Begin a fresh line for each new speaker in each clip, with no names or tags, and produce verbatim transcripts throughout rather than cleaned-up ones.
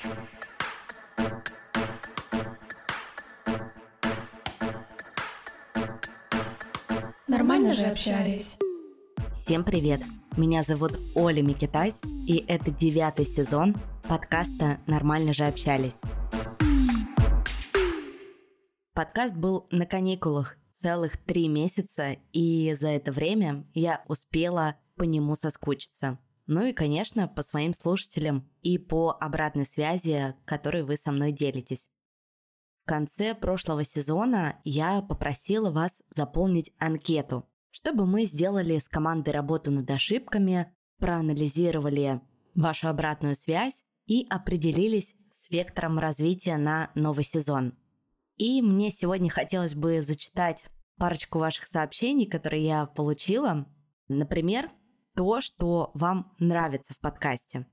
Нормально же общались.
Всем привет! Меня зовут Оля Микитась, и это девятый сезон подкаста «Нормально же общались». Подкаст был на каникулах целых три месяца, и за это время я успела по нему соскучиться. Ну и, конечно, по своим слушателям и по обратной связи, которой вы со мной делитесь. В конце прошлого сезона я попросила вас заполнить анкету, чтобы мы сделали с командой работу над ошибками, проанализировали вашу обратную связь и определились с вектором развития на новый сезон. И мне сегодня хотелось бы зачитать парочку ваших сообщений, которые я получила. Например, то, что вам нравится в подкасте.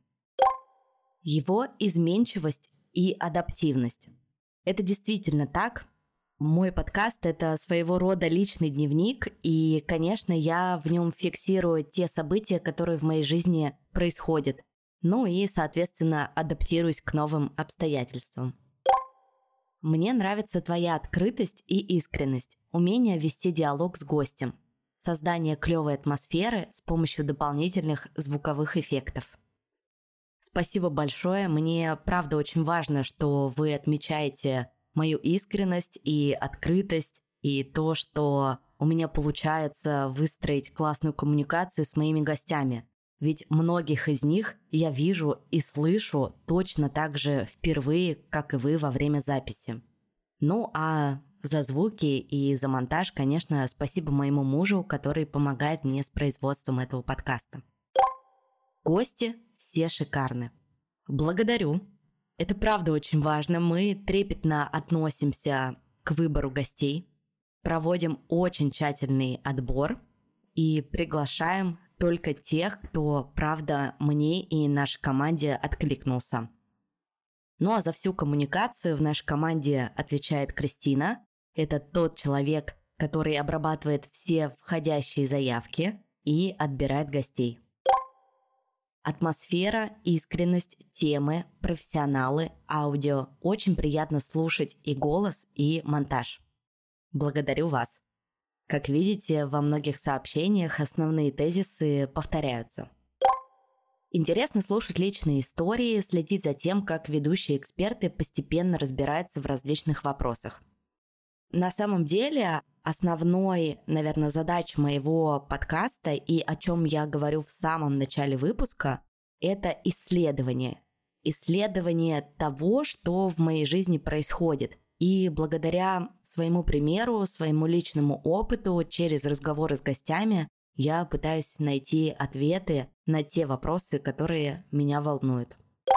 Его изменчивость и адаптивность. Это действительно так. Мой подкаст – это своего рода личный дневник, и, конечно, я в нем фиксирую те события, которые в моей жизни происходят. Ну и, соответственно, адаптируюсь к новым обстоятельствам. Мне нравится твоя открытость и искренность, умение вести диалог с гостем, создание клевой атмосферы с помощью дополнительных звуковых эффектов. Спасибо большое, мне правда очень важно, что вы отмечаете мою искренность и открытость, и то, что у меня получается выстроить классную коммуникацию с моими гостями. Ведь многих из них я вижу и слышу точно так же впервые, как и вы во время записи. Ну а за звуки и за монтаж, конечно, спасибо моему мужу, который помогает мне с производством этого подкаста. Гости все шикарны. Благодарю. Это правда очень важно. Мы трепетно относимся к выбору гостей, проводим очень тщательный отбор и приглашаем только тех, кто, правда, мне и нашей команде откликнулся. Ну а за всю коммуникацию в нашей команде отвечает Кристина. Это тот человек, который обрабатывает все входящие заявки и отбирает гостей. Атмосфера, искренность, темы, профессионалы, аудио. Очень приятно слушать и голос, и монтаж. Благодарю вас. Как видите, во многих сообщениях основные тезисы повторяются. Интересно слушать личные истории, следить за тем, как ведущие эксперты постепенно разбираются в различных вопросах. На самом деле, основной, наверное, задача моего подкаста и о чем я говорю в самом начале выпуска, это исследование. Исследование того, что в моей жизни происходит. И благодаря своему примеру, своему личному опыту, через разговоры с гостями, я пытаюсь найти ответы на те вопросы, которые меня волнуют.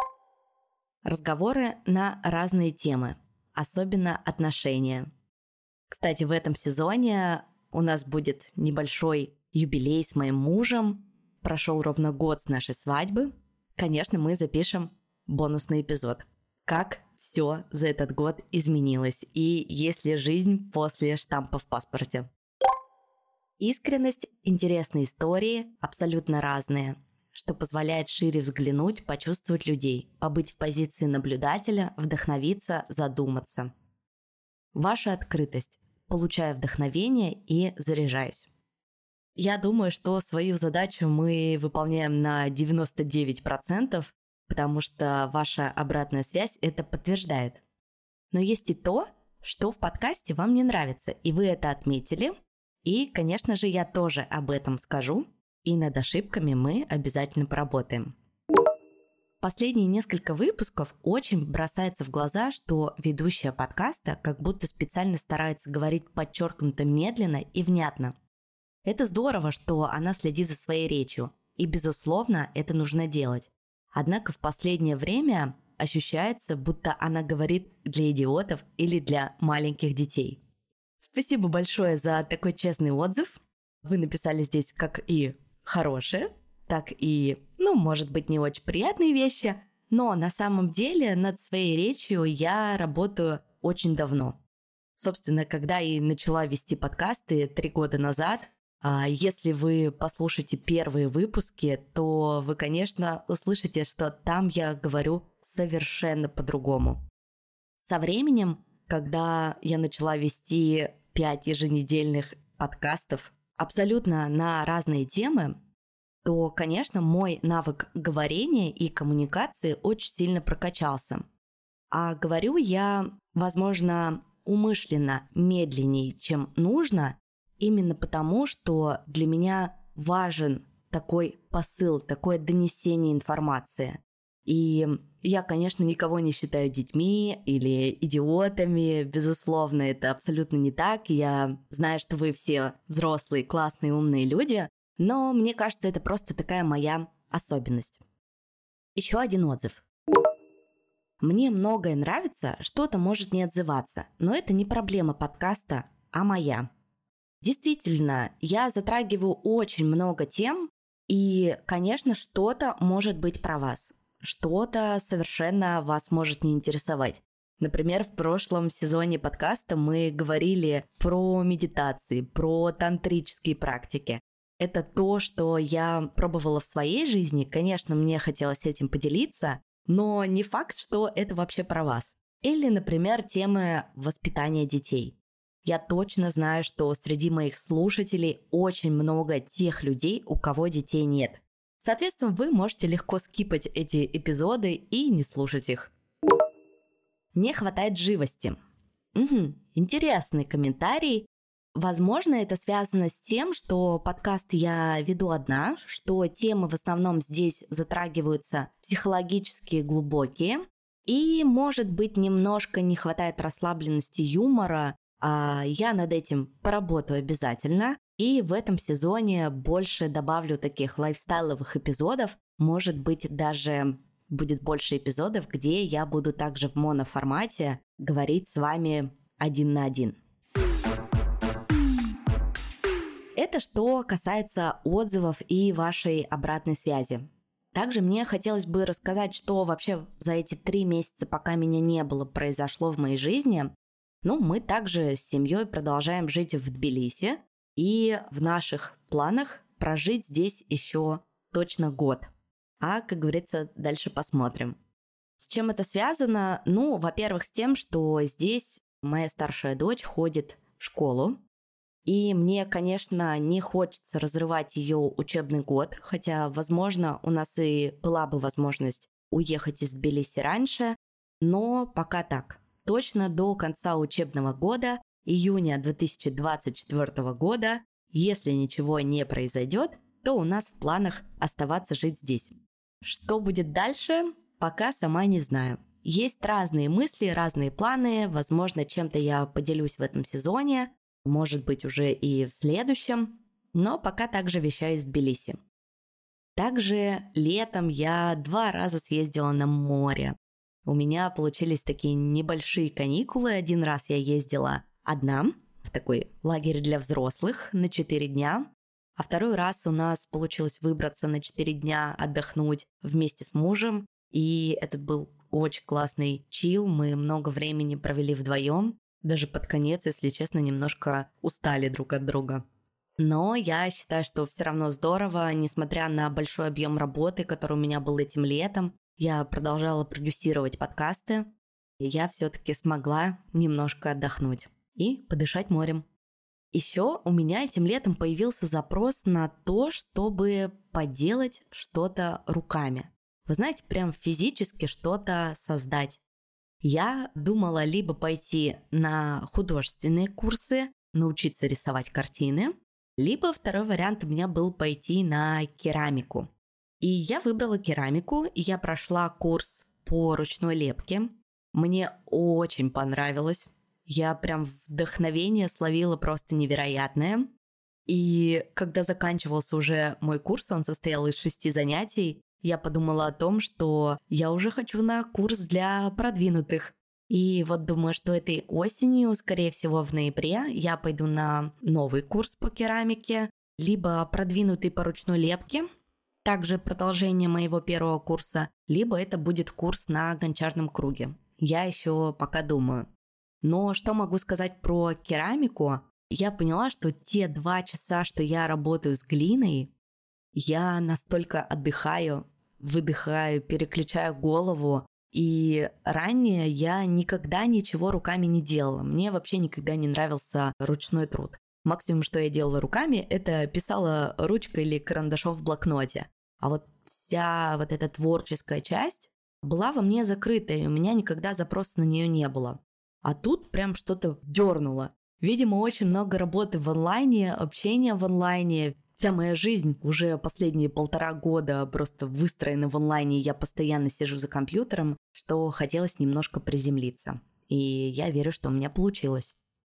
Разговоры на разные темы, особенно отношения. Кстати, в этом сезоне у нас будет небольшой юбилей с моим мужем. Прошел ровно год с нашей свадьбы. Конечно, мы запишем бонусный эпизод. Как все за этот год изменилось и есть ли жизнь после штампа в паспорте. Искренность, интересные истории, абсолютно разные, что позволяет шире взглянуть, почувствовать людей, побыть в позиции наблюдателя, вдохновиться, задуматься. Ваша открытость. Получаю вдохновение и заряжаюсь. Я думаю, что свою задачу мы выполняем на девяносто девять процентов, потому что ваша обратная связь это подтверждает. Но есть и то, что в подкасте вам не нравится, и вы это отметили. И, конечно же, я тоже об этом скажу, и над ошибками мы обязательно поработаем. Последние несколько выпусков очень бросается в глаза, что ведущая подкаста как будто специально старается говорить подчеркнуто медленно и внятно. Это здорово, что она следит за своей речью, и, безусловно, это нужно делать. Однако в последнее время ощущается, будто она говорит для идиотов или для маленьких детей. Спасибо большое за такой честный отзыв. Вы написали здесь как и хорошее, так и, ну, может быть, не очень приятные вещи, но на самом деле над своей речью я работаю очень давно. Собственно, когда и начала вести подкасты три года назад, если вы послушаете первые выпуски, то вы, конечно, услышите, что там я говорю совершенно по-другому. Со временем, когда я начала вести пять еженедельных подкастов абсолютно на разные темы, то, конечно, мой навык говорения и коммуникации очень сильно прокачался. А говорю я, возможно, умышленно медленнее, чем нужно, именно потому, что для меня важен такой посыл, такое донесение информации. И я, конечно, никого не считаю детьми или идиотами, безусловно, это абсолютно не так. Я знаю, что вы все взрослые, классные, умные люди, но мне кажется, это просто такая моя особенность. Еще один отзыв. Мне многое нравится, что-то может не отзываться, но это не проблема подкаста, а моя. Действительно, я затрагиваю очень много тем, и, конечно, что-то может быть про вас. Что-то совершенно вас может не интересовать. Например, в прошлом сезоне подкаста мы говорили про медитации, про тантрические практики. Это то, что я пробовала в своей жизни. Конечно, мне хотелось этим поделиться, но не факт, что это вообще про вас. Или, например, темы воспитания детей. Я точно знаю, что среди моих слушателей очень много тех людей, у кого детей нет. Соответственно, вы можете легко скипать эти эпизоды и не слушать их. Не хватает живости. Угу, интересный комментарий. Возможно, это связано с тем, что подкаст я веду одна, что темы в основном здесь затрагиваются психологические, глубокие, и, может быть, немножко не хватает расслабленности, юмора, а я над этим поработаю обязательно. И в этом сезоне больше добавлю таких лайфстайловых эпизодов. Может быть, даже будет больше эпизодов, где я буду также в моноформате говорить с вами один на один. Это что касается отзывов и вашей обратной связи. Также мне хотелось бы рассказать, что вообще за эти три месяца, пока меня не было, произошло в моей жизни. Ну, мы также с семьей продолжаем жить в Тбилиси. И в наших планах прожить здесь еще точно год. А, как говорится, дальше посмотрим. С чем это связано? Ну, во-первых, с тем, что здесь моя старшая дочь ходит в школу. И мне, конечно, не хочется разрывать ее учебный год, хотя, возможно, у нас и была бы возможность уехать из Тбилиси раньше, но пока так. Точно до конца учебного года, июня две тысячи двадцать четвёртого года, если ничего не произойдет, то у нас в планах оставаться жить здесь. Что будет дальше, пока сама не знаю. Есть разные мысли, разные планы, возможно, чем-то я поделюсь в этом сезоне, может быть, уже и в следующем, но пока также вещаю из Тбилиси. Также летом я два раза съездила на море. У меня получились такие небольшие каникулы. Один раз я ездила одна в такой лагерь для взрослых на четыре дня. А второй раз у нас получилось выбраться на четыре дня, отдохнуть вместе с мужем. И это был очень классный чил. Мы много времени провели вдвоем. Даже под конец, если честно, немножко устали друг от друга. Но я считаю, что все равно здорово, несмотря на большой объем работы, который у меня был этим летом. Я продолжала продюсировать подкасты, и я все-таки смогла немножко отдохнуть и подышать морем. Еще у меня этим летом появился запрос на то, чтобы поделать что-то руками. Вы знаете, прям физически что-то создать. Я думала либо пойти на художественные курсы, научиться рисовать картины, либо второй вариант у меня был пойти на керамику. И я выбрала керамику, и я прошла курс по ручной лепке. Мне очень понравилось. Я прям вдохновение словила просто невероятное. И когда заканчивался уже мой курс, он состоял из шести занятий, я подумала о том, что я уже хочу на курс для продвинутых. И вот думаю, что этой осенью, скорее всего в ноябре, я пойду на новый курс по керамике, либо продвинутый по ручной лепке, также продолжение моего первого курса, либо это будет курс на гончарном круге. Я еще пока думаю. Но что могу сказать про керамику? Я поняла, что те два часа, что я работаю с глиной, я настолько отдыхаю, выдыхаю, переключаю голову, И ранее я никогда ничего руками не делала. Мне вообще никогда не нравился ручной труд. Максимум, что я делала руками, это писала ручкой или карандашом в блокноте. А вот вся вот эта творческая часть была во мне закрыта, и у меня никогда запроса на нее не было. А тут прям что-то дернуло. Видимо, очень много работы в онлайне, общения в онлайне. Вся моя жизнь уже последние полтора года просто выстроена в онлайне, и я постоянно сижу за компьютером, что хотелось немножко приземлиться. И я верю, что у меня получилось.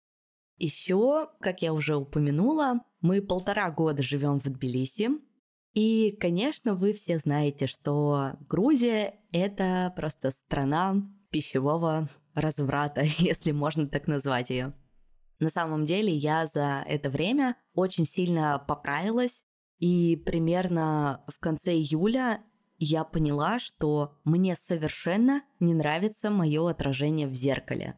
Еще, как я уже упомянула, мы полтора года живем в Тбилиси. И, конечно, вы все знаете, что Грузия – это просто страна пищевого разврата, если можно так назвать ее. На самом деле я за это время очень сильно поправилась, и примерно в конце июля я поняла, что мне совершенно не нравится мое отражение в зеркале.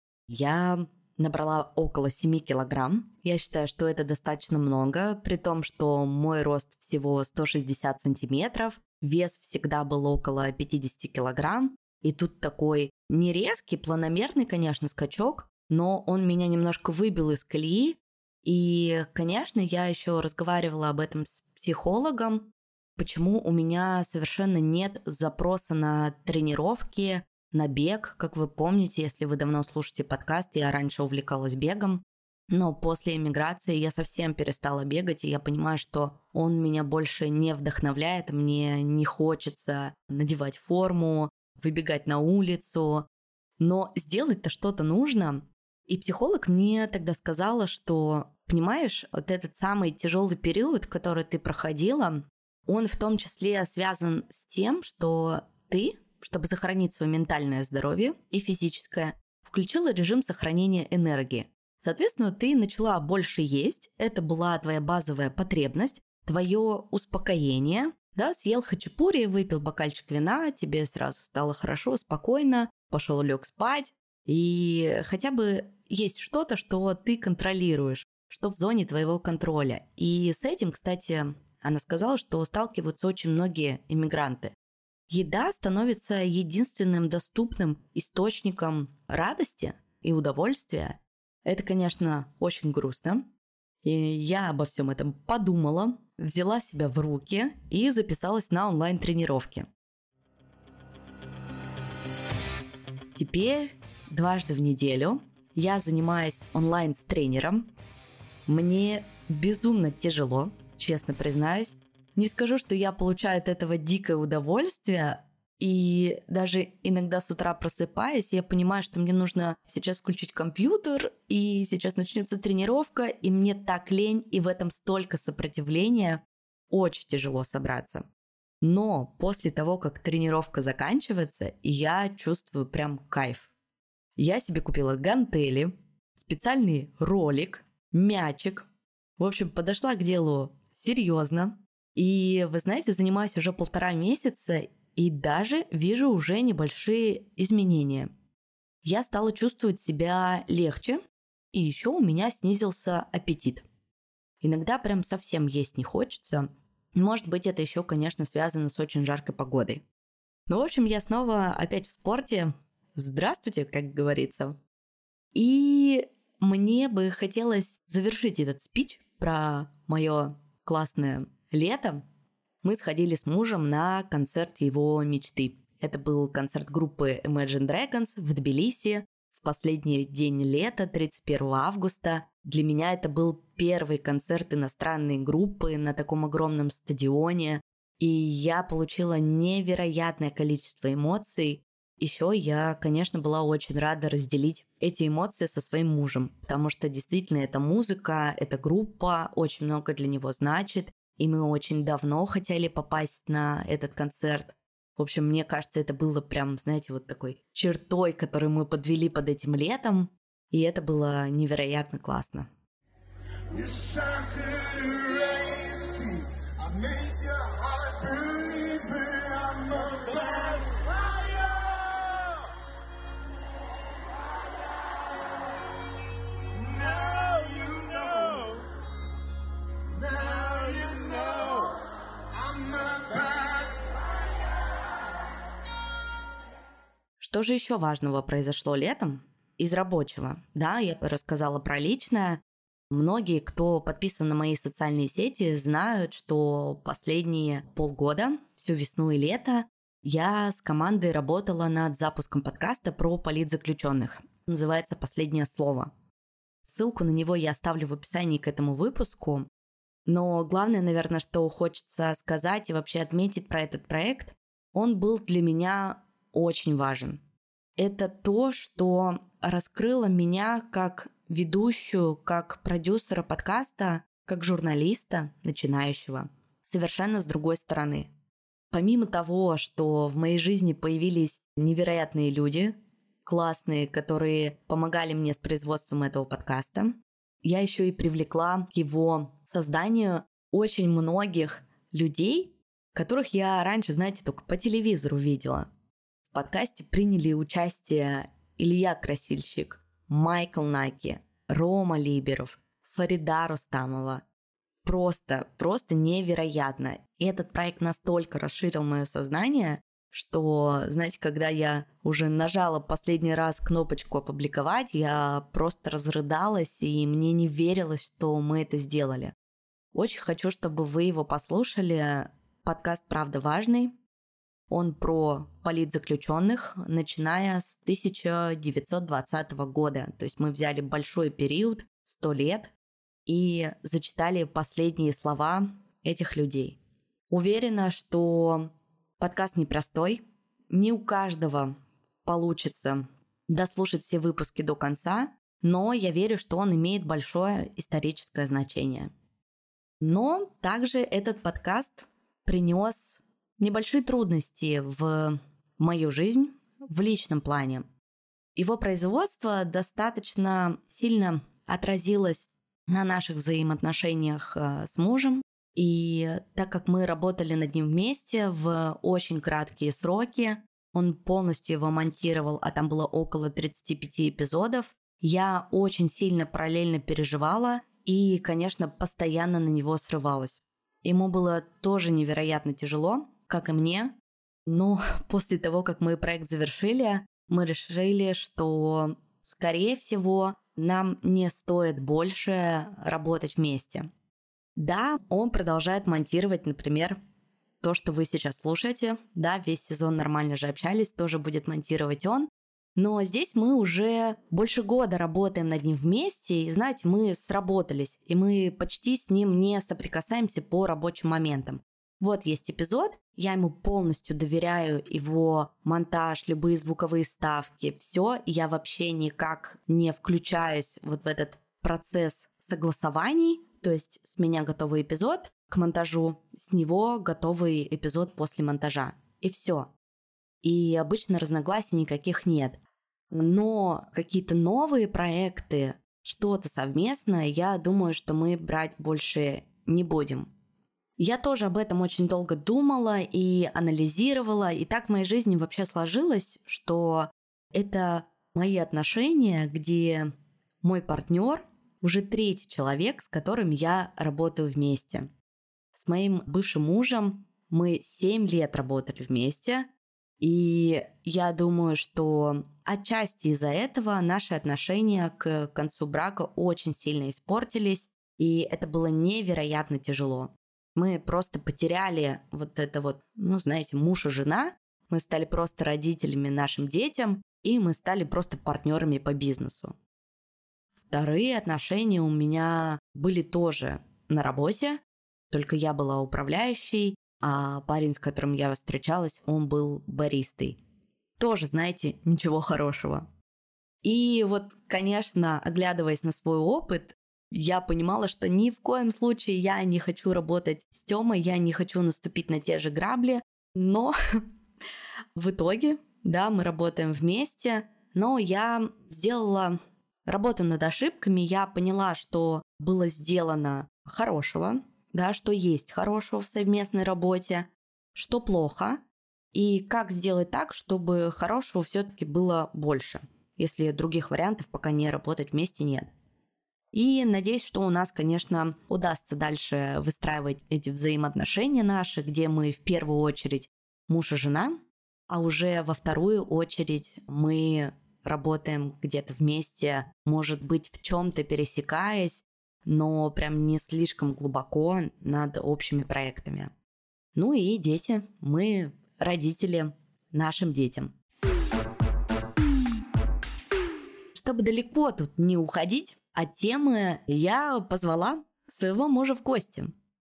Я набрала около семь килограмм. Я считаю, что это достаточно много, при том, что мой рост всего сто шестьдесят сантиметров, вес всегда был около пятьдесят килограмм, и тут такой не резкий, планомерный, конечно, скачок, но он меня немножко выбил из колеи, и, конечно, я еще разговаривала об этом с психологом, почему у меня совершенно нет запроса на тренировки, на бег. Как вы помните, если вы давно слушаете подкаст, я раньше увлекалась бегом, но после эмиграции я совсем перестала бегать, и я понимаю, что он меня больше не вдохновляет, мне не хочется надевать форму, выбегать на улицу, но сделать-то что-то нужно. И психолог мне тогда сказала, что, понимаешь, вот этот самый тяжелый период, который ты проходила, он в том числе связан с тем, что ты, чтобы сохранить свое ментальное здоровье и физическое, включила режим сохранения энергии. Соответственно, ты начала больше есть, это была твоя базовая потребность, твое успокоение, да, съел хачапури, выпил бокальчик вина, тебе сразу стало хорошо, спокойно, пошел лег спать, и хотя бы есть что-то, что ты контролируешь, что в зоне твоего контроля. И с этим, кстати, она сказала, что сталкиваются очень многие иммигранты. Еда становится единственным доступным источником радости и удовольствия. Это, конечно, очень грустно. И я обо всем этом подумала, взяла себя в руки и записалась на онлайн-тренировки. Теперь дважды в неделю я занимаюсь онлайн с тренером. Мне безумно тяжело, честно признаюсь. Не скажу, что я получаю от этого дикое удовольствие, и даже иногда с утра просыпаясь, я понимаю, что мне нужно сейчас включить компьютер, и сейчас начнется тренировка, и мне так лень, и в этом столько сопротивления, очень тяжело собраться. Но после того, как тренировка заканчивается, я чувствую прям кайф. Я себе купила гантели, специальный ролик, мячик. В общем, подошла к делу серьезно. И, вы знаете, занимаюсь уже полтора месяца и даже вижу уже небольшие изменения. Я стала чувствовать себя легче, и еще у меня снизился аппетит. Иногда прям совсем есть не хочется. Может быть, это еще, конечно, связано с очень жаркой погодой. Ну, в общем, я снова опять в спорте. Здравствуйте, как говорится. И мне бы хотелось завершить этот спич про мое классное лето. Мы сходили с мужем на концерт его мечты. Это был концерт группы Imagine Dragons в Тбилиси в последний день лета, тридцать первого августа. Для меня это был первый концерт иностранной группы на таком огромном стадионе. И я получила невероятное количество эмоций. Еще я, конечно, была очень рада разделить эти эмоции со своим мужем, потому что действительно эта музыка, эта группа очень много для него значит, и мы очень давно хотели попасть на этот концерт. В общем, мне кажется, это было прям, знаете, вот такой чертой, которую мы подвели под этим летом, и это было невероятно классно. что же еще важного произошло летом из рабочего? Да, я рассказала про личное. Многие, кто подписан на мои социальные сети, знают, что последние полгода, всю весну и лето, я с командой работала над запуском подкаста про политзаключенных. Называется «Последнее слово». Ссылку на него я оставлю в описании к этому выпуску. Но главное, наверное, что хочется сказать и вообще отметить про этот проект, он был для меня очень важен. Это то, что раскрыло меня как ведущую, как продюсера подкаста, как журналиста начинающего, совершенно с другой стороны. Помимо того, что в моей жизни появились невероятные люди, классные, которые помогали мне с производством этого подкаста, я еще и привлекла к его созданию очень многих людей, которых я раньше, знаете, только по телевизору видела. В подкасте приняли участие Илья Красильщик, Майкл Наки, Рома Либеров, Фарида Рустамова. Просто, просто невероятно. И этот проект настолько расширил мое сознание, что, знаете, когда я уже нажала последний раз кнопочку «Опубликовать», я просто разрыдалась, и мне не верилось, что мы это сделали. Очень хочу, чтобы вы его послушали. Подкаст «Правда важный». Он про политзаключенных, начиная с тысяча девятьсот двадцатого года. То есть мы взяли большой период, сто лет, и зачитали последние слова этих людей. Уверена, что подкаст непростой. Не у каждого получится дослушать все выпуски до конца, но я верю, что он имеет большое историческое значение. Но также этот подкаст принес небольшие трудности в мою жизнь в личном плане. Его производство достаточно сильно отразилось на наших взаимоотношениях с мужем. И так как мы работали над ним вместе в очень краткие сроки, он полностью его монтировал, а там было около тридцати пяти эпизодов, я очень сильно параллельно переживала и, конечно, постоянно на него срывалась. Ему было тоже невероятно тяжело, как и мне, но после того, как мы проект завершили, мы решили, что, скорее всего, нам не стоит больше работать вместе. Да, он продолжает монтировать, например, то, что вы сейчас слушаете. Да, весь сезон «Нормально же общались» тоже будет монтировать он. Но здесь мы уже больше года работаем над ним вместе, и, знаете, мы сработались, и мы почти с ним не соприкасаемся по рабочим моментам. Вот есть эпизод, я ему полностью доверяю его монтаж, любые звуковые вставки, все, я вообще никак не включаюсь вот в этот процесс согласований, то есть с меня готовый эпизод к монтажу, с него готовый эпизод после монтажа, и все. И обычно разногласий никаких нет. Но какие-то новые проекты, что-то совместное, я думаю, что мы брать больше не будем. Я тоже об этом очень долго думала и анализировала, и так в моей жизни вообще сложилось, что это мои отношения, где мой партнер уже третий человек, с которым я работаю вместе. С моим бывшим мужем мы семь лет работали вместе, и я думаю, что отчасти из-за этого наши отношения к концу брака очень сильно испортились, и это было невероятно тяжело. Мы просто потеряли вот это вот, ну, знаете, муж и жена. Мы стали просто родителями нашим детям, и мы стали просто партнерами по бизнесу. Вторые отношения у меня были тоже на работе, только я была управляющей, а парень, с которым я встречалась, он был баристой. Тоже, знаете, ничего хорошего. И вот, конечно, оглядываясь на свой опыт, я понимала, что ни в коем случае я не хочу работать с Тёмой, я не хочу наступить на те же грабли, но в итоге, да, мы работаем вместе, но я сделала работу над ошибками, я поняла, что было сделано хорошего, да, что есть хорошего в совместной работе, что плохо, и как сделать так, чтобы хорошего все-таки было больше, если других вариантов пока не работать вместе нет. И надеюсь, что у нас, конечно, удастся дальше выстраивать эти взаимоотношения наши, где мы в первую очередь муж и жена, а уже во вторую очередь мы работаем где-то вместе, может быть, в чем-то пересекаясь, но прям не слишком глубоко над общими проектами. Ну и дети. Мы родители нашим детям. Чтобы далеко тут не уходить от темы, я позвала своего мужа в гости.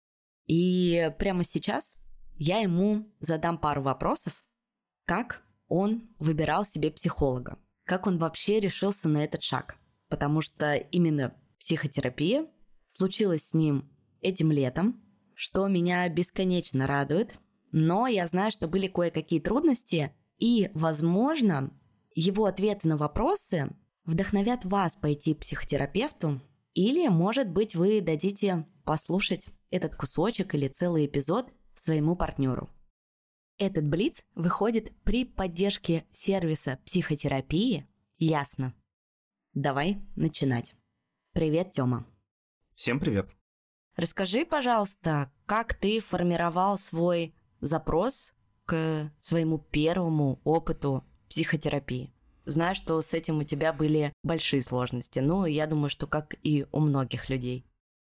И прямо сейчас я ему задам пару вопросов, как он выбирал себе психолога, как он вообще решился на этот шаг. Потому что именно психотерапия случилась с ним этим летом, что меня бесконечно радует. Но я знаю, что были кое-какие трудности, и, возможно, его ответы на вопросы вдохновят вас пойти к психотерапевту, или, может быть, вы дадите послушать этот кусочек или целый эпизод своему партнеру. Этот блиц выходит при поддержке сервиса психотерапии «Ясно». Давай начинать. Привет, Тёма.
Всем привет.
Расскажи, пожалуйста, как ты формировал свой запрос к своему первому опыту психотерапии? Знаю, что с этим у тебя были большие сложности, но я думаю, что как и у многих людей.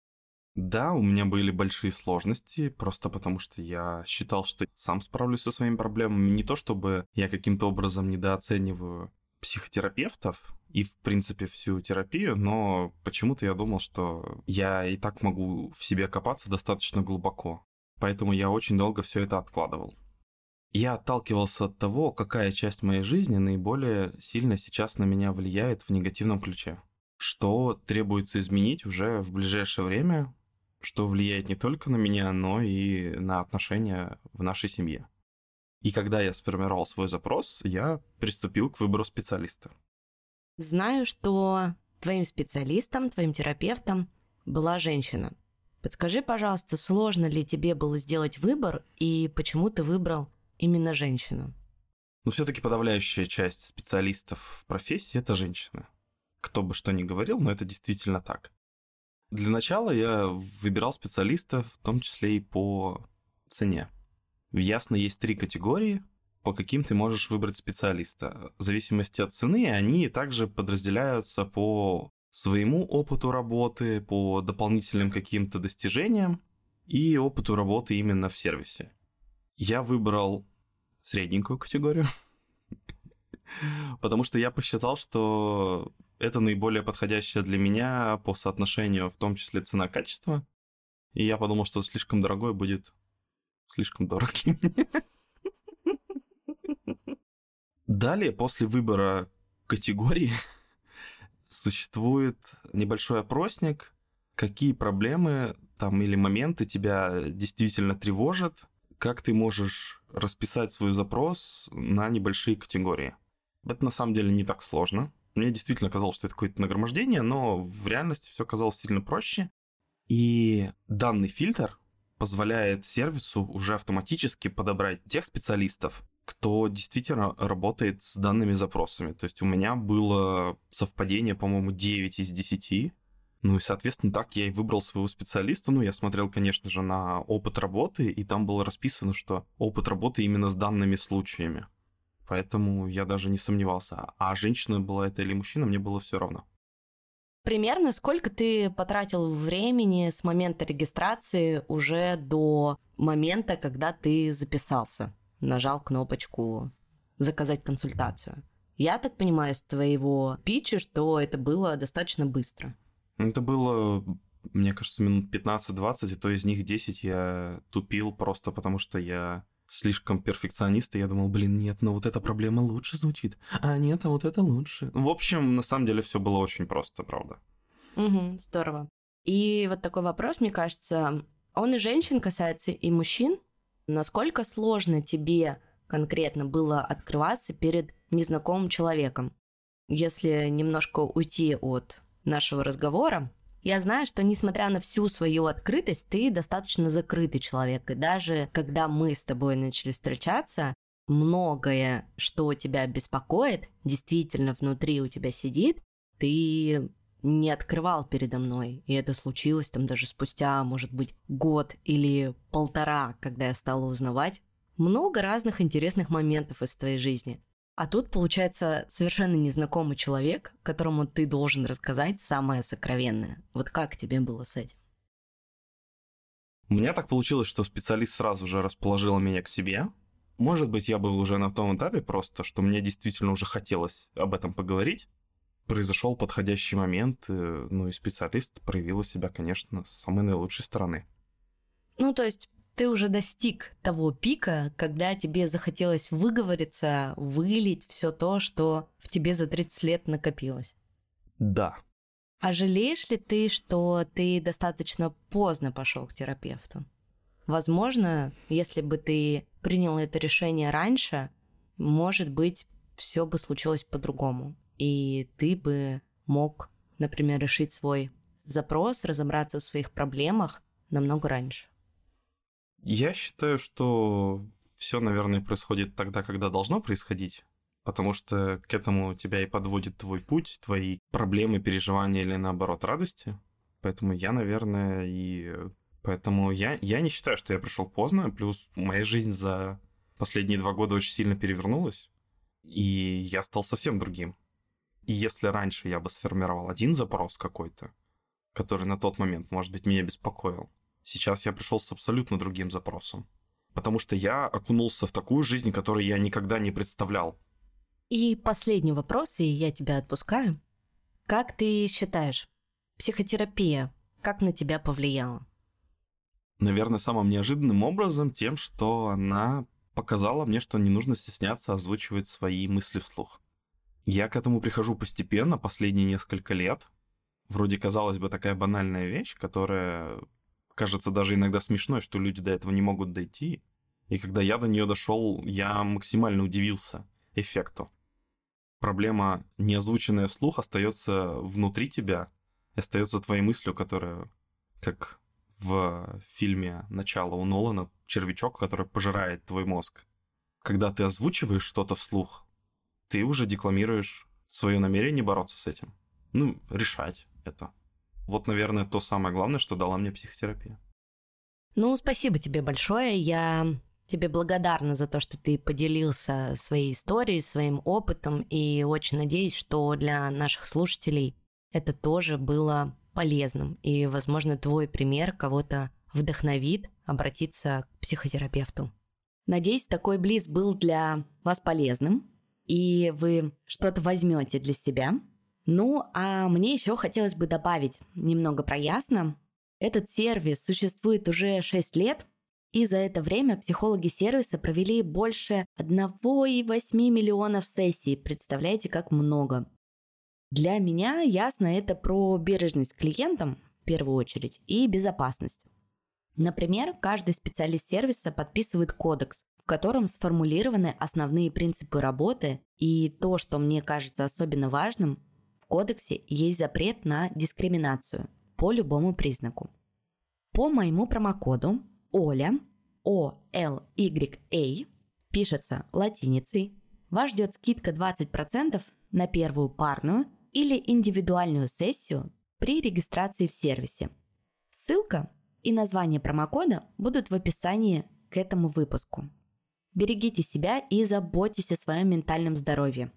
Да, у меня были большие сложности, просто потому что я считал, что сам справлюсь со своими проблемами. Не то чтобы я каким-то образом недооцениваю психотерапевтов и, в принципе, всю терапию, но почему-то я думал, что я и так могу в себе копаться достаточно глубоко. Поэтому я очень долго все это откладывал. Я отталкивался от того, какая часть моей жизни наиболее сильно сейчас на меня влияет в негативном ключе. Что требуется изменить уже в ближайшее время, что влияет не только на меня, но и на отношения в нашей семье. И когда я сформировал свой запрос, я приступил к выбору специалиста.
Знаю, что твоим специалистом, твоим терапевтом была женщина. Подскажи, пожалуйста, сложно ли тебе было сделать выбор и почему ты выбрал именно женщину?
Но все-таки подавляющая часть специалистов в профессии – это женщины. Кто бы что ни говорил, но это действительно так. Для начала я выбирал специалиста, в том числе и по цене. В Ясно есть три категории, по каким ты можешь выбрать специалиста. В зависимости от цены они также подразделяются по своему опыту работы, по дополнительным каким-то достижениям и опыту работы именно в сервисе. Я выбрал средненькую категорию, потому что я посчитал, что это наиболее подходящее для меня по соотношению, в том числе цена-качество. И я подумал, что слишком дорогой будет слишком дорого для меня. Далее, после выбора категории, существует небольшой опросник, какие проблемы там или моменты тебя действительно тревожат, как ты можешь расписать свой запрос на небольшие категории. Это на самом деле не так сложно. Мне действительно казалось, что это какое-то нагромождение, но в реальности все казалось сильно проще. И данный фильтр позволяет сервису уже автоматически подобрать тех специалистов, кто действительно работает с данными запросами. То есть у меня было совпадение, по-моему, девять из десяти. Ну и, соответственно, так я и выбрал своего специалиста. Ну, я смотрел, конечно же, на опыт работы, и там было расписано, что опыт работы именно с данными случаями. Поэтому я даже не сомневался. А женщина была это или мужчина, мне было все равно.
Примерно сколько ты потратил времени с момента регистрации уже до момента, когда ты записался? Нажал кнопочку «Заказать консультацию». Я так понимаю из твоего питча, что это было достаточно быстро.
Это было, мне кажется, минут пятнадцать-двадцать, и то из них десять я тупил просто потому, что я слишком перфекционист, и я думал, блин, нет, но вот эта проблема лучше звучит, а нет, а вот это лучше. В общем, на самом деле все было очень просто, правда.
Угу, здорово. И вот такой вопрос, мне кажется, он и женщин касается, и мужчин. Насколько сложно тебе конкретно было открываться перед незнакомым человеком? Если немножко уйти от нашего разговора, я знаю, что несмотря на всю свою открытость, ты достаточно закрытый человек. И даже когда мы с тобой начали встречаться, многое, что тебя беспокоит, действительно внутри у тебя сидит, ты не открывал передо мной. И это случилось там даже спустя, может быть, год или полтора, когда я стала узнавать, много разных интересных моментов из твоей жизни. А тут, получается, совершенно незнакомый человек, которому ты должен рассказать самое сокровенное. Вот как тебе было с этим?
У меня так получилось, что специалист сразу же расположил меня к себе. Может быть, я был уже на том этапе просто, что мне действительно уже хотелось об этом поговорить. Произошел подходящий момент, ну и специалист проявила себя, конечно, с самой наилучшей стороны.
Ну, то есть ты уже достиг того пика, когда тебе захотелось выговориться, вылить все то, что в тебе за тридцать лет накопилось.
Да.
А жалеешь ли ты, что ты достаточно поздно пошел к терапевту? Возможно, если бы ты принял это решение раньше, может быть, все бы случилось по-другому. И ты бы мог, например, решить свой запрос, разобраться в своих проблемах намного раньше.
Я считаю, что все, наверное, происходит тогда, когда должно происходить, потому что к этому тебя и подводит твой путь, твои проблемы, переживания или, наоборот, радости. Поэтому я, наверное, и... Поэтому я, я не считаю, что я пришел поздно, плюс моя жизнь за последние два года очень сильно перевернулась, и я стал совсем другим. И если раньше я бы сформировал один запрос какой-то, который на тот момент, может быть, меня беспокоил, сейчас я пришел с абсолютно другим запросом. Потому что я окунулся в такую жизнь, которую я никогда не представлял.
И последний вопрос, и я тебя отпускаю. Как ты считаешь, психотерапия как на тебя повлияла?
Наверное, самым неожиданным образом тем, что она показала мне, что не нужно стесняться озвучивать свои мысли вслух. Я к этому прихожу постепенно, последние несколько лет. Вроде, казалось бы, такая банальная вещь, которая кажется даже иногда смешной, что люди до этого не могут дойти. И когда я до нее дошел, я максимально удивился эффекту. Проблема, не озвученная вслух, остается внутри тебя, и остается твоей мыслью, которая, как в фильме «Начало» у Нолана, червячок, который пожирает твой мозг. Когда ты озвучиваешь что-то вслух, ты уже декламируешь свое намерение бороться с этим. Ну, решать это. Вот, наверное, то самое главное, что дала мне психотерапия.
Ну, спасибо тебе большое. Я тебе благодарна за то, что ты поделился своей историей, своим опытом, и очень надеюсь, что для наших слушателей это тоже было полезным. И, возможно, твой пример кого-то вдохновит обратиться к психотерапевту. Надеюсь, такой блиц был для вас полезным, и вы что-то возьмете для себя. Ну, а мне еще хотелось бы добавить немного про Ясно. Этот сервис существует уже шесть лет, и за это время психологи сервиса провели больше одна целых восемь десятых миллионов сессий. Представляете, как много. Для меня Ясно это про бережность к клиентам, в первую очередь, и безопасность. Например, каждый специалист сервиса подписывает кодекс, в котором сформулированы основные принципы работы, и то, что мне кажется особенно важным, в кодексе есть запрет на дискриминацию по любому признаку. По моему промокоду Оля, О Л Y A, пишется латиницей, вас ждет скидка двадцать процентов на первую парную или индивидуальную сессию при регистрации в сервисе. Ссылка и название промокода будут в описании к этому выпуску. Берегите себя и заботьтесь о своем ментальном здоровье.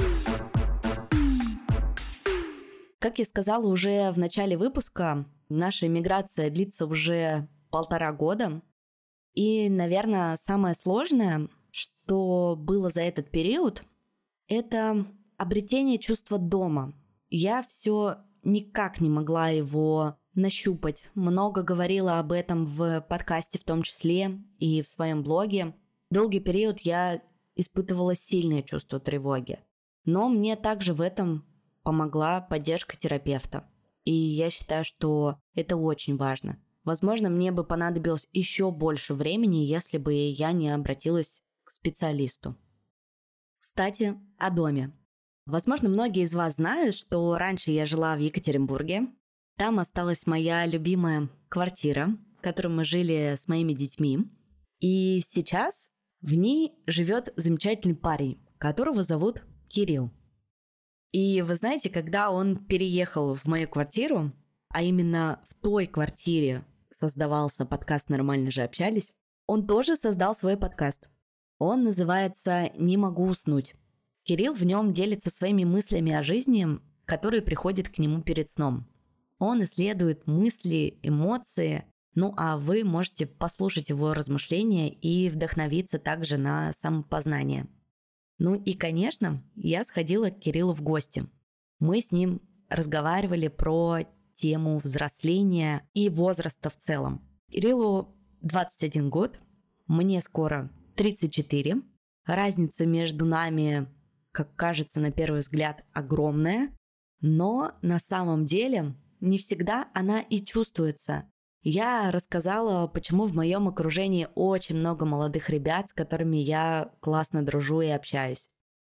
Как я сказала уже в начале выпуска, наша миграция длится уже полтора года. И, наверное, самое сложное, что было за этот период, это обретение чувства дома. Я все никак не могла его нащупать. Много говорила об этом в подкасте в том числе и в своем блоге. Долгий период я испытывала сильное чувство тревоги. Но мне также в этом помогла поддержка терапевта. И я считаю, что это очень важно. Возможно, мне бы понадобилось еще больше времени, если бы я не обратилась к специалисту. Кстати, о доме. Возможно, многие из вас знают, что раньше я жила в Екатеринбурге. Там осталась моя любимая квартира, в которой мы жили с моими детьми. И сейчас в ней живет замечательный парень, которого зовут Кирилл. И вы знаете, когда он переехал в мою квартиру, а именно в той квартире создавался подкаст «Нормально же общались», Он тоже создал свой подкаст. Он называется «Не могу уснуть». Кирилл в нем делится своими мыслями о жизни, которые приходят к нему перед сном. Он исследует мысли, эмоции, ну а вы можете послушать его размышления и вдохновиться также на самопознание. Ну и, конечно, я сходила к Кириллу в гости. Мы с ним разговаривали про тему взросления и возраста в целом. Кириллу двадцать один год, мне скоро тридцать четыре. Разница между нами, как кажется на первый взгляд, огромная, но на самом деле не всегда она и чувствуется. Я рассказала, почему в моем окружении очень много молодых ребят, с которыми я классно дружу и общаюсь.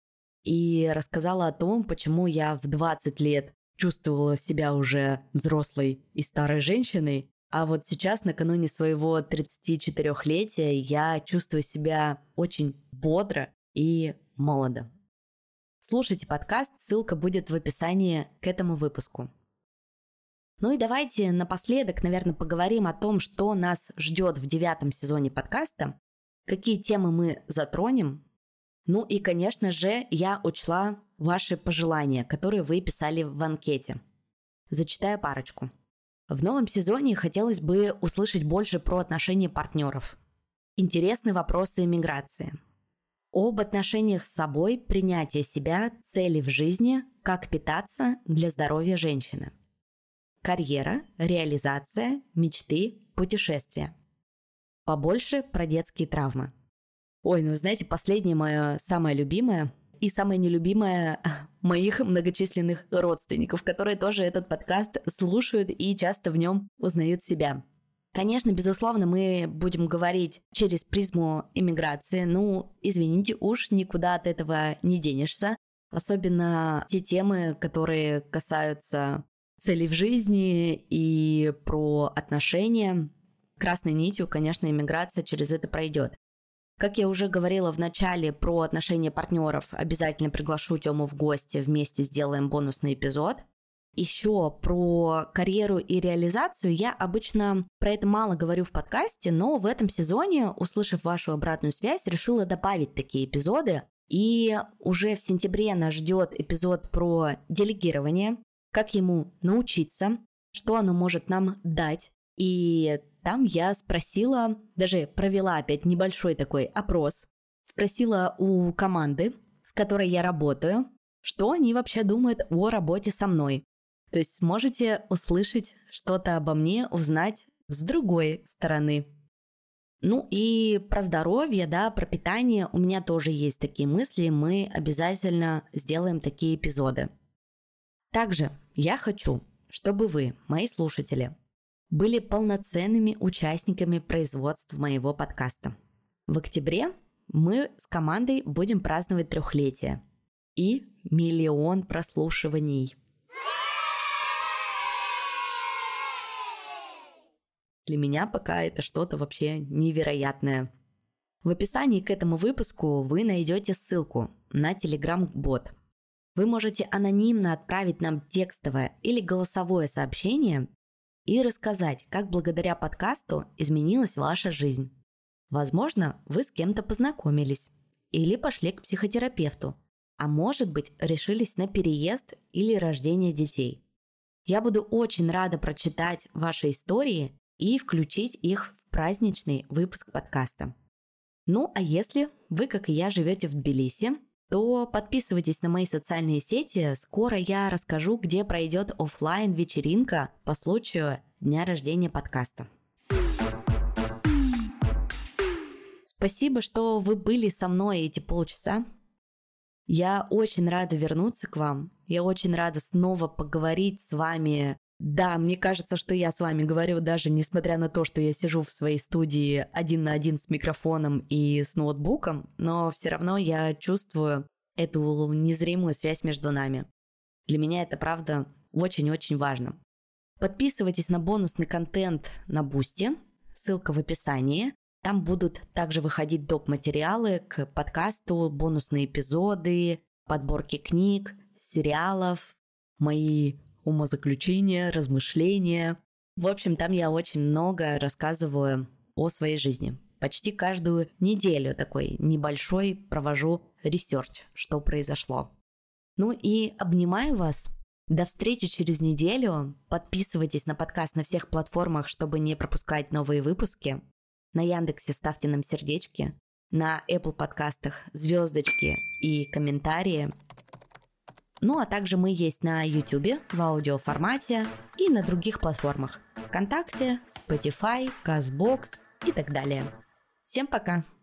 И рассказала о том, почему я в двадцать лет чувствовала себя уже взрослой и старой женщиной, а вот сейчас, накануне своего тридцатичетырёхлетия, я чувствую себя очень бодро и молодо. Слушайте подкаст, ссылка будет в описании к этому выпуску. Ну и давайте напоследок, наверное, поговорим о том, что нас ждет в девятом сезоне подкаста, какие темы мы затронем. Ну и, конечно же, я учла ваши пожелания, которые вы писали в анкете. Зачитаю парочку. В новом сезоне хотелось бы услышать больше про отношения партнеров. Интересные вопросы миграции. Об отношениях с собой, принятие себя, цели в жизни, как питаться для здоровья женщины. Карьера, реализация, мечты, путешествия. Побольше про детские травмы. Ой, ну вы знаете, последнее мое самое любимое и самое нелюбимое моих многочисленных родственников, которые тоже этот подкаст слушают и часто в нем узнают себя. Конечно, безусловно, мы будем говорить через призму иммиграции. Ну, извините, уж никуда от этого не денешься. Особенно те темы, которые касаются целей в жизни и про отношения. Красной нитью, конечно, иммиграция через это пройдет. Как я уже говорила в начале про отношения партнеров, обязательно приглашу Тему в гости, вместе сделаем бонусный эпизод. Еще про карьеру и реализацию я обычно про это мало говорю в подкасте, но в этом сезоне, услышав вашу обратную связь, решила добавить такие эпизоды. И уже в сентябре нас ждет эпизод про делегирование, как ему научиться, что оно может нам дать. И там я спросила, даже провела опять небольшой такой опрос, спросила у команды, с которой я работаю, что они вообще думают о работе со мной. То есть сможете услышать что-то обо мне, узнать с другой стороны. Ну и про здоровье, да, про питание у меня тоже есть такие мысли, мы обязательно сделаем такие эпизоды. Также я хочу, чтобы вы, мои слушатели, были полноценными участниками производства моего подкаста. В октябре мы с командой будем праздновать трехлетие и миллион прослушиваний. Для меня пока это что-то вообще невероятное. В описании к этому выпуску вы найдете ссылку на Telegram-бот. Вы можете анонимно отправить нам текстовое или голосовое сообщение и рассказать, как благодаря подкасту изменилась ваша жизнь. Возможно, вы с кем-то познакомились или пошли к психотерапевту, а может быть, решились на переезд или рождение детей. Я буду очень рада прочитать ваши истории и включить их в праздничный выпуск подкаста. Ну, а если вы, как и я, живете в Тбилиси, то подписывайтесь на мои социальные сети. Скоро я расскажу, где пройдет офлайн-вечеринка по случаю дня рождения подкаста. Спасибо, что вы были со мной эти полчаса. Я очень рада вернуться к вам. Я очень рада снова поговорить с вами. Да, мне кажется, что я с вами говорю, даже несмотря на то, что я сижу в своей студии один на один с микрофоном и с ноутбуком, но все равно я чувствую эту незримую связь между нами. Для меня это, правда, очень-очень важно. Подписывайтесь на бонусный контент на Boosty, ссылка в описании. Там будут также выходить доп. Материалы к подкасту, бонусные эпизоды, подборки книг, сериалов, мои умозаключения, размышления. В общем, там я очень много рассказываю о своей жизни. Почти каждую неделю такой небольшой провожу ресерч, что произошло. Ну и обнимаю вас. До встречи через неделю. Подписывайтесь на подкаст на всех платформах, чтобы не пропускать новые выпуски. На Яндексе ставьте нам сердечки. На Apple подкастах звездочки и комментарии. Ну а также мы есть на YouTube в аудиоформате и на других платформах. ВКонтакте, Spotify, Castbox и так далее. Всем пока!